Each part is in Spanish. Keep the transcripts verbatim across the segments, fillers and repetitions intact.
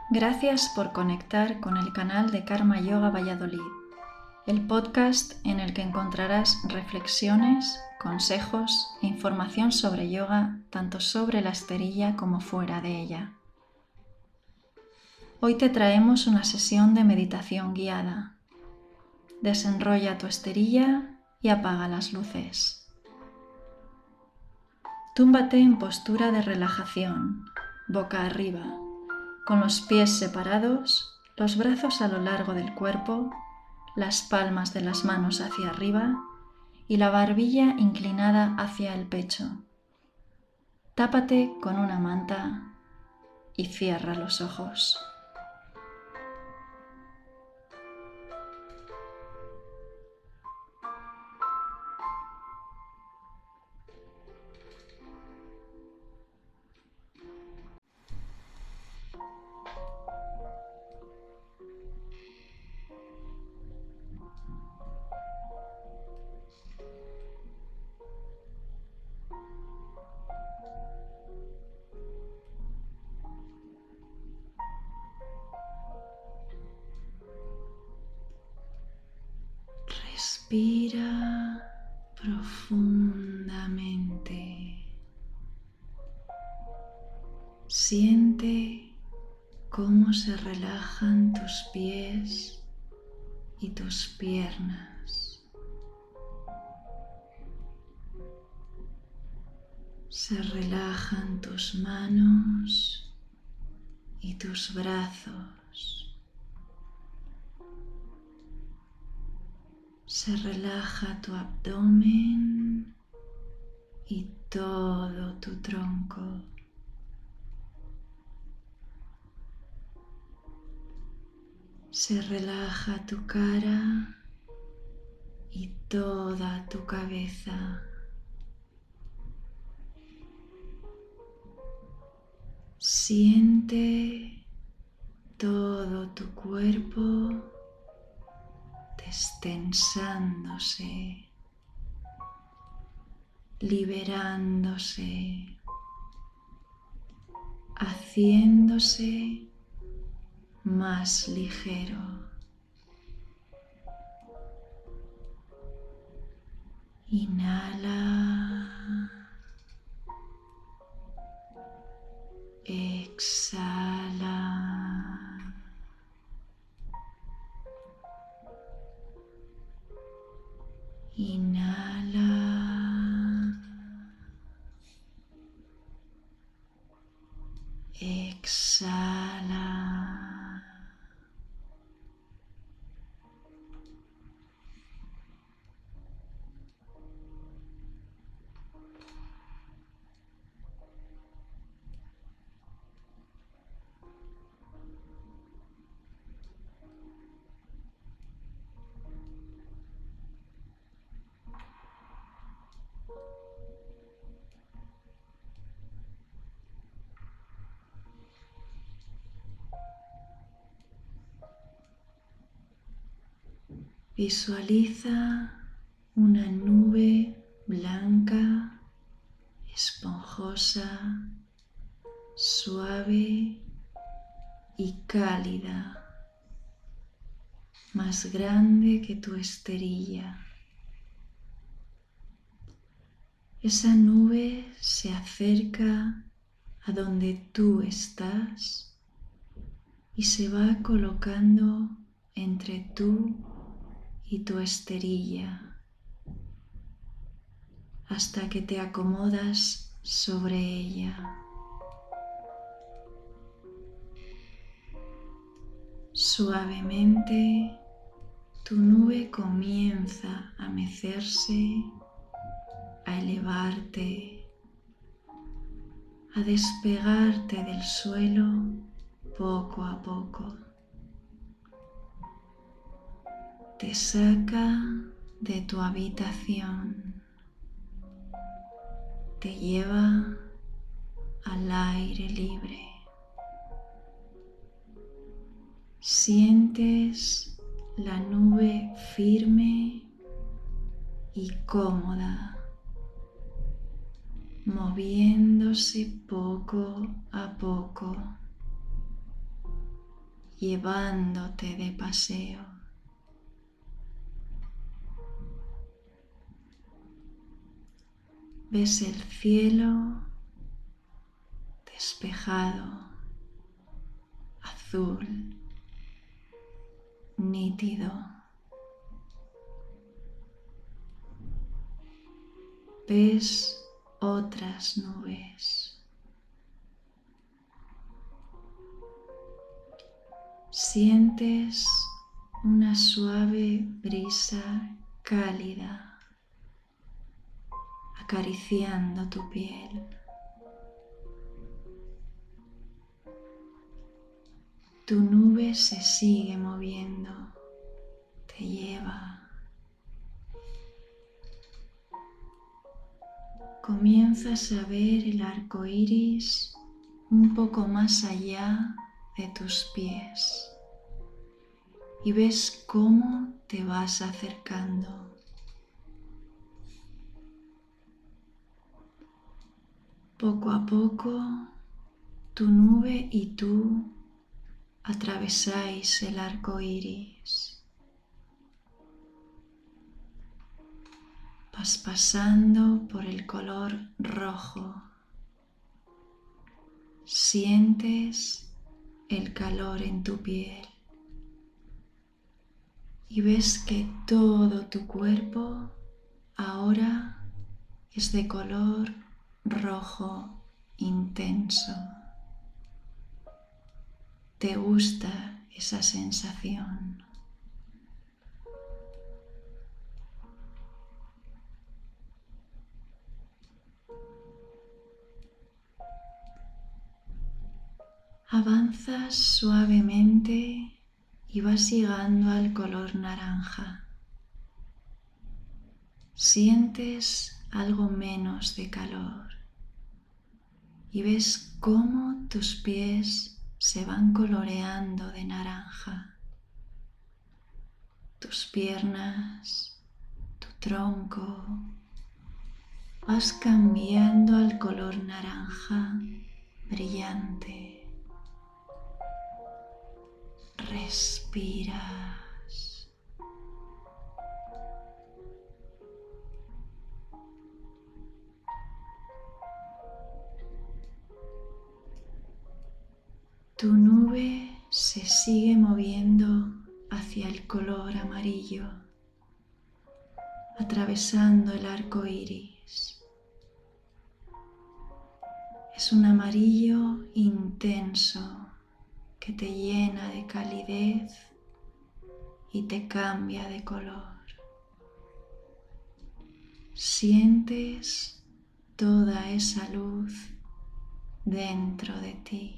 Gracias por conectar con el canal de Karma Yoga Valladolid, el podcast en el que encontrarás reflexiones, consejos e información sobre yoga, tanto sobre la esterilla como fuera de ella. Hoy te traemos una sesión de meditación guiada. Desenrolla tu esterilla y apaga las luces. Túmbate en postura de relajación, boca arriba, con los pies separados, los brazos a lo largo del cuerpo, las palmas de las manos hacia arriba y la barbilla inclinada hacia el pecho. Tápate con una manta y cierra los ojos. Respira profundamente. Siente cómo se relajan tus pies y tus piernas. Se relajan tus manos y tus brazos. Se relaja tu abdomen y todo tu tronco. Se relaja tu cara y toda tu cabeza. Siente todo tu cuerpo destensándose, liberándose, haciéndose más ligero. Inhala. Exhala. Inhala. Exhala. Visualiza una nube blanca, esponjosa, suave y cálida, más grande que tu esterilla. Esa nube se acerca a donde tú estás y se va colocando entre tú y tu esterilla hasta que te acomodas sobre ella. Suavemente tu nube comienza a mecerse, a elevarte, a despegarte del suelo poco a poco. Te saca de tu habitación, te lleva al aire libre. Sientes la nube firme y cómoda, moviéndose poco a poco. llevándote de paseo. Ves el cielo despejado, azul, nítido. Ves otras nubes. Sientes una suave brisa cálida acariciando tu piel. Tu nube se sigue moviendo, te lleva. Comienzas a ver el arco iris un poco más allá de tus pies y ves cómo te vas acercando. Poco a poco, tu nube y tú atravesáis el arco iris. Vas pasando por el color rojo. Sientes el calor en tu piel y ves que todo tu cuerpo ahora es de color rojo intenso. ¿Te gusta esa sensación? Avanzas suavemente y vas llegando al color naranja. Sientes algo menos de calor y ves cómo tus pies se van coloreando de naranja. Tus piernas, tu tronco, vas cambiando al color naranja brillante. Respiras. Tu nube se sigue moviendo hacia el color amarillo, atravesando el arco iris. Es un amarillo intenso que te llena de calidez y te cambia de color. Sientes toda esa luz dentro de ti.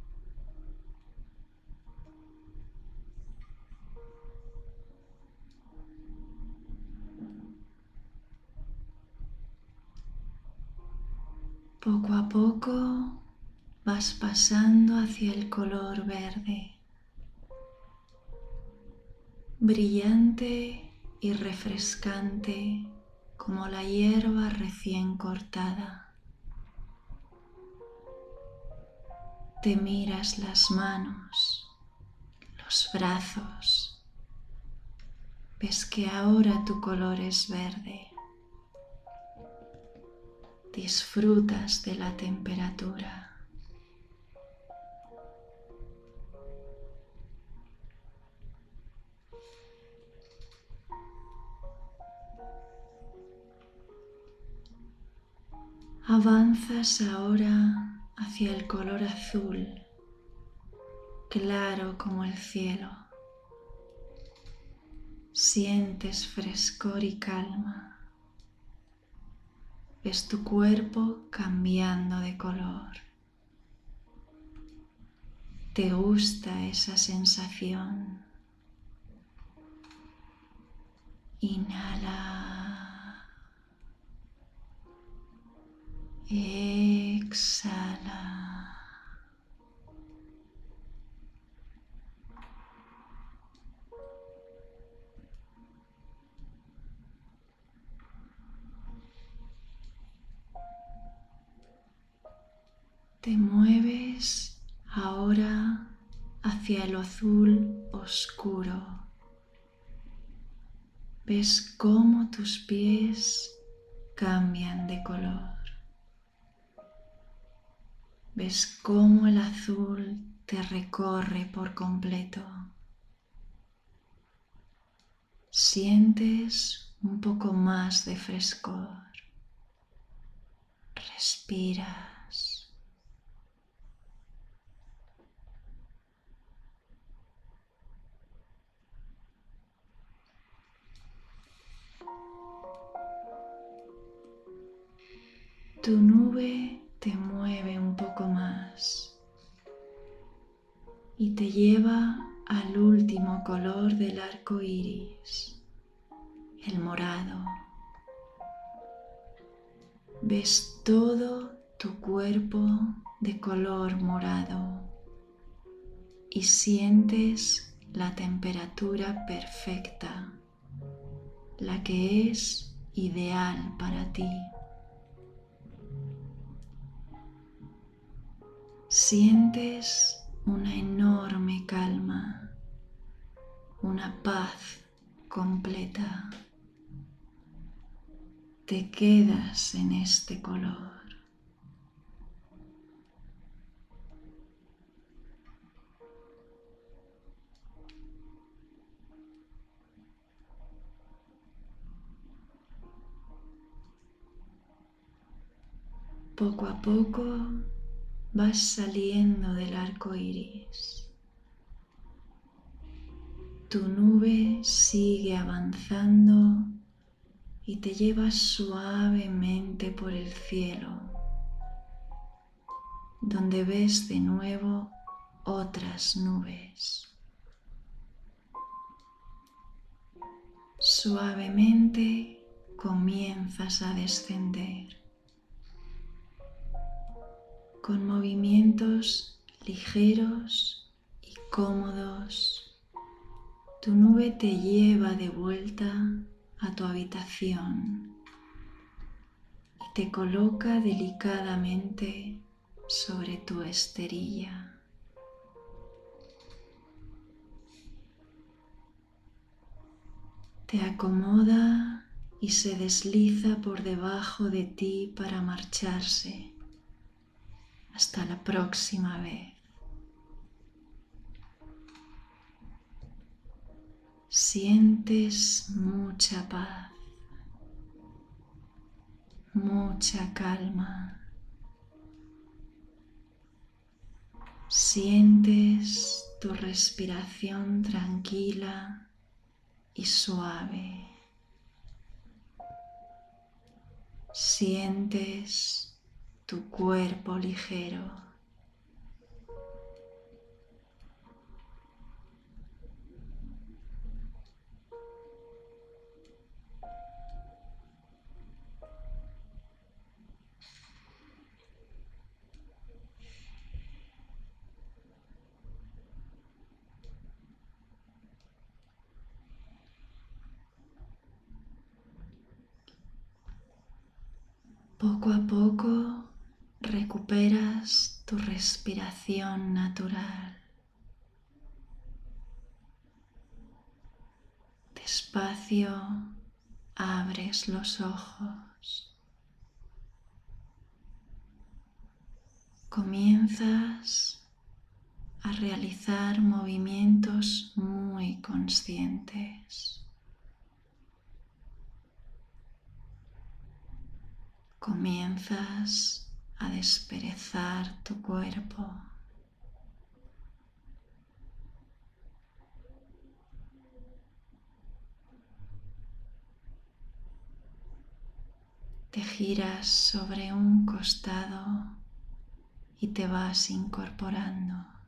Poco a poco vas pasando hacia el color verde, brillante y refrescante como la hierba recién cortada. Te miras las manos, los brazos, ves que ahora tu color es verde. Disfrutas de la temperatura. Avanzas ahora hacia el color azul, claro como el cielo. Sientes frescor y calma. Ves tu cuerpo cambiando de color. ¿Te gusta esa sensación? Inhala. Exhala. Te mueves ahora hacia hacia el azul oscuro. Ves cómo tus pies cambian de color. Ves cómo el azul te recorre por completo. Sientes un poco más de frescor. Respiras. Tu nube te mueve un poco más y te lleva al último color del arco iris, el morado. Ves todo tu cuerpo de color morado y sientes la temperatura perfecta, la que es ideal para ti. Sientes una enorme calma, una paz completa. Te quedas en este color. Poco a poco vas saliendo del arco iris. Tu nube sigue avanzando y te lleva suavemente por el cielo, donde ves de nuevo otras nubes. Suavemente comienzas a descender. Con movimientos ligeros y cómodos, tu nube te lleva de vuelta a tu habitación y te coloca delicadamente sobre tu esterilla. Te acomoda y se desliza por debajo de ti para marcharse. Hasta la próxima vez. Sientes mucha paz, mucha calma. Sientes tu respiración tranquila y suave. Sientes tu cuerpo ligero. Poco a poco recuperas tu respiración natural. Despacio abres los ojos. Comienzas a realizar movimientos muy conscientes. Comienzas a desperezar tu cuerpo. Te giras sobre un costado y te vas incorporando.